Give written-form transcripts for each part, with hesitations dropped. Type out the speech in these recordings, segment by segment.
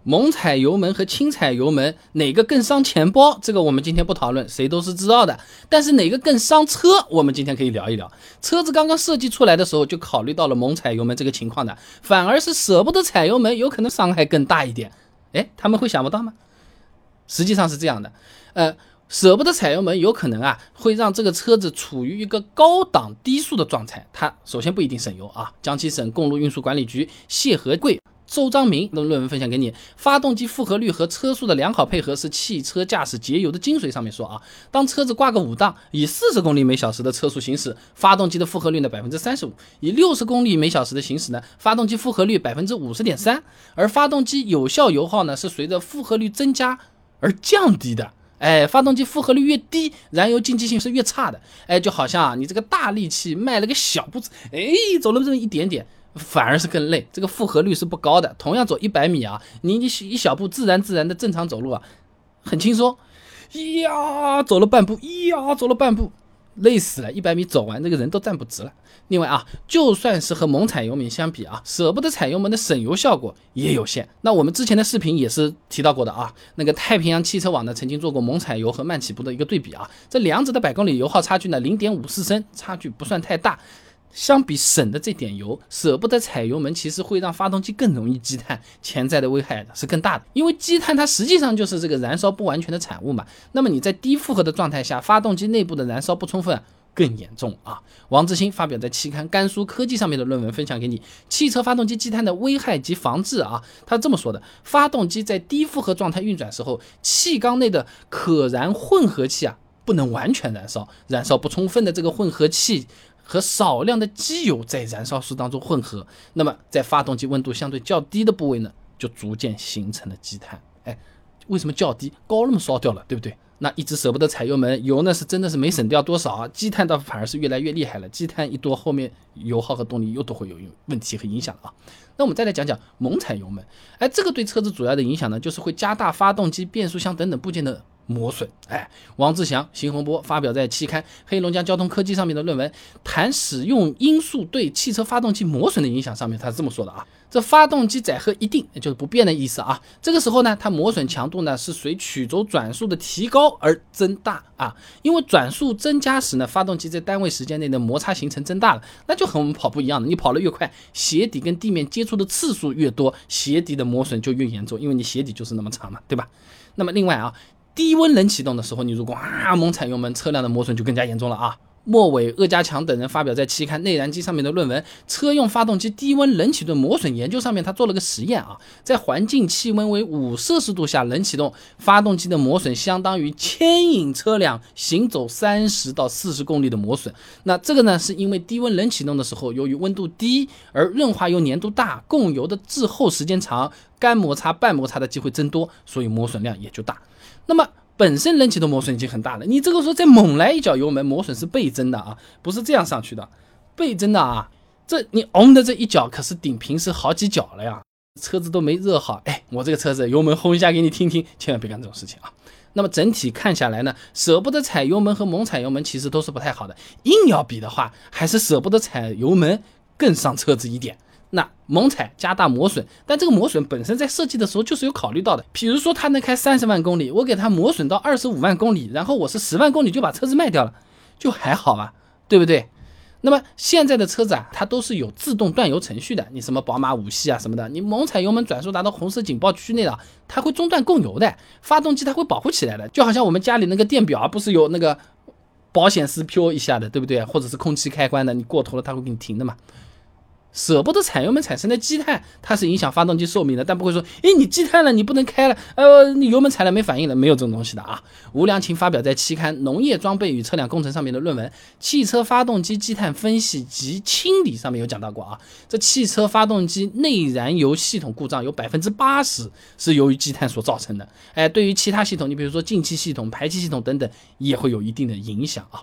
猛踩油门和轻踩油门哪个更伤钱包，这个我们今天不讨论，谁都是知道的。但是哪个更伤车，我们今天可以聊一聊。车子刚刚设计出来的时候就考虑到了猛踩油门这个情况的，反而是舍不得踩油门，有可能伤害更大一点。他们会想不到吗？实际上是这样的，舍不得踩油门有可能会让这个车子处于一个高档低速的状态。它首先不一定省油啊。江西省公路运输管理局谢和贵、周章明的论文分享给你，发动机负荷率和车速的良好配合是汽车驾驶节油的精髓。上面说当车子挂个5档，以40公里每小时的车速行驶，发动机的负荷率呢 35%， 以60公里每小时的行驶呢，发动机负荷率 50.3%， 而发动机有效油耗呢是随着负荷率增加而降低的。发动机负荷率越低，燃油经济性是越差的。就好像你这个大力气迈了个小步子，走了这么一点点，反而是更累，这个负荷率是不高的。同样走100米你一小步自然的正常走路很轻松，走了半步，累死了，100米走完这个人都站不直了。另外就算是和猛踩油门相比舍不得踩油门的省油效果也有限。那我们之前的视频也是提到过的那个太平洋汽车网呢曾经做过猛踩油和慢起步的一个对比这两者的100公里油耗差距呢 0.54升，差距不算太大。相比省的这点油，舍不得踩油门其实会让发动机更容易积碳，潜在的危害是更大的。因为积碳它实际上就是这个燃烧不完全的产物嘛。那么你在低负荷的状态下，发动机内部的燃烧不充分更严重王志新发表在期刊甘肃科技上面的论文分享给你，汽车发动机积碳的危害及防治他这么说的：发动机在低负荷状态运转时候，气缸内的可燃混合气不能完全燃烧，燃烧不充分的这个混合气和少量的机油在燃烧室当中混合，那么在发动机温度相对较低的部位呢，就逐渐形成了积碳。为什么较低？高那么烧掉了，对不对？那一直舍不得踩油门，油呢是真的是没省掉多少积碳倒反而是越来越厉害了。积碳一多，后面油耗和动力又都会有问题和影响那我们再来讲讲猛踩油门。这个对车子主要的影响呢，就是会加大发动机、变速箱等等部件的磨损。王志祥、邢洪波发表在期刊黑龙江交通科技上面的论文，谈使用因素对汽车发动机磨损的影响上面，他是这么说的这发动机载荷一定就是不变的意思这个时候呢，它磨损强度呢是随曲轴转速的提高而增大因为转速增加时呢，发动机在单位时间内的摩擦形成增大了，那就和我们跑步一样的，你跑得越快，鞋底跟地面接触的次数越多，鞋底的磨损就越严重，因为你鞋底就是那么长嘛，对吧？那么另外低温冷启动的时候，你如果猛踩油门，车辆的磨损就更加严重了莫伟、鄂家强等人发表在期刊内燃机上面的论文《车用发动机低温冷启动磨损研究》上面，他做了个实验在环境气温为5摄氏度下冷启动，发动机的磨损相当于牵引车辆行走30到40公里的磨损。那这个呢，是因为低温冷启动的时候，由于温度低而润滑油粘度大，供油的滞后时间长，干摩擦、半摩擦的机会增多，所以磨损量也就大。那么本身冷启动磨损已经很大了，你这个时候再猛来一脚油门，磨损是倍增的不是这样上去的，倍增的这你的这一脚可是顶平时好几脚了呀，车子都没热好，我这个车子油门轰一下给你听听，千万别干这种事情那么整体看下来呢，舍不得踩油门和猛踩油门其实都是不太好的，硬要比的话，还是舍不得踩油门更伤车子一点。那猛踩加大磨损，但这个磨损本身在设计的时候就是有考虑到的。比如说它能开30万公里，我给它磨损到25万公里，然后我是10万公里就把车子卖掉了，就还好吧，对不对？那么现在的车子它都是有自动断油程序的，你什么宝马5系什么的，你猛踩油门转速达到红色警报区内了，它会中断供油的，发动机它会保护起来的，就好像我们家里那个电表不是有那个保险丝飘一下的，对不对？或者是空气开关的，你过头了它会给你停的嘛。舍不得踩油门产生的积碳，它是影响发动机寿命的，但不会说你积碳了你不能开了，你油门踩了没反应了，没有这种东西的吴良琴发表在期刊《农业装备与车辆工程》上面的论文《汽车发动机积碳分析及清理》上面有讲到过这汽车发动机内燃油系统故障有 80% 是由于积碳所造成的对于其他系统，你比如说进气系统、排气系统等等也会有一定的影响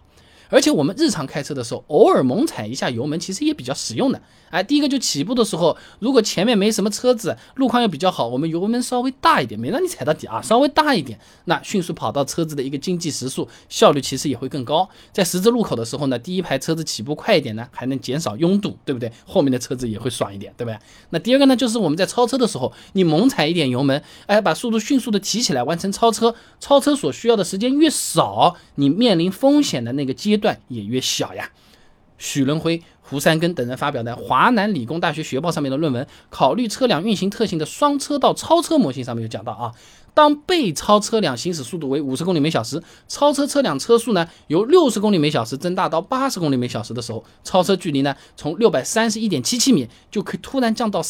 而且我们日常开车的时候，偶尔猛踩一下油门，其实也比较实用的。第一个就起步的时候，如果前面没什么车子，路况又比较好，我们油门稍微大一点，没让你踩到底稍微大一点，那迅速跑到车子的一个经济时速，效率其实也会更高。在十字路口的时候呢，第一排车子起步快一点呢，还能减少拥堵，对不对？后面的车子也会爽一点，对不对？那第二个呢，就是我们在超车的时候，你猛踩一点油门，把速度迅速的提起来，完成超车所需要的时间越少，你面临风险的那个阶段也越小呀。许伦辉、胡三根等人发表在华南理工大学学报上面的论文，考虑车辆运行特性的双车道超车模型上面有讲到当被超车辆行驶速度为50公里每小时，超车车辆车速呢由60公里每小时增大到80公里每小时的时候，超车距离呢从631.77米就可以突然降到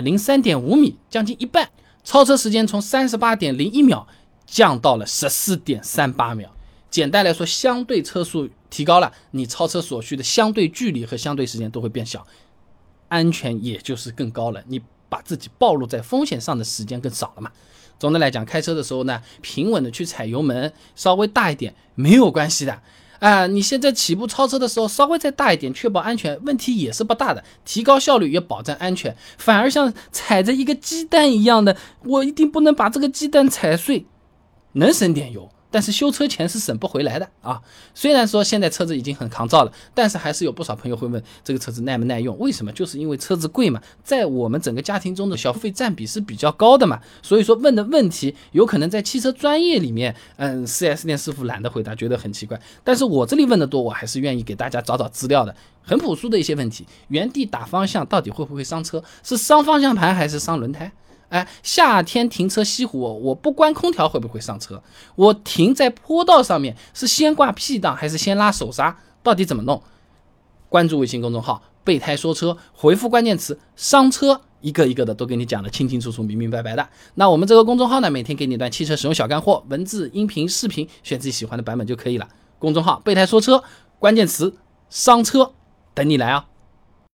303.5米，将近一半。超车时间从38.01秒降到了14.38秒。简单来说，相对车速提高了，你超车所需的相对距离和相对时间都会变小，安全也就是更高了，你把自己暴露在风险上的时间更少了嘛。总的来讲，开车的时候呢，平稳的去踩油门，稍微大一点没有关系的你现在起步超车的时候稍微再大一点，确保安全，问题也是不大的，提高效率也保证安全。反而像踩着一个鸡蛋一样的，我一定不能把这个鸡蛋踩碎，能省点油，但是修车钱是省不回来的虽然说现在车子已经很抗造了，但是还是有不少朋友会问这个车子耐不耐用。为什么？就是因为车子贵嘛，在我们整个家庭中的消费占比是比较高的嘛，所以说问的问题有可能在汽车专业里面4S 店师傅懒得回答，觉得很奇怪。但是我这里问的多，我还是愿意给大家找资料的。很朴素的一些问题，原地打方向到底会不会伤车？是伤方向盘还是伤轮胎？夏天停车熄火，我不关空调会不会上车？我停在坡道上面是先挂 P 档还是先拉手刹？到底怎么弄？关注微信公众号备胎说车，回复关键词伤车，一个一个的都给你讲得清清楚楚明明白白的。那我们这个公众号呢，每天给你一段汽车使用小干货，文字、音频、视频，选自己喜欢的版本就可以了。公众号备胎说车，关键词伤车，等你来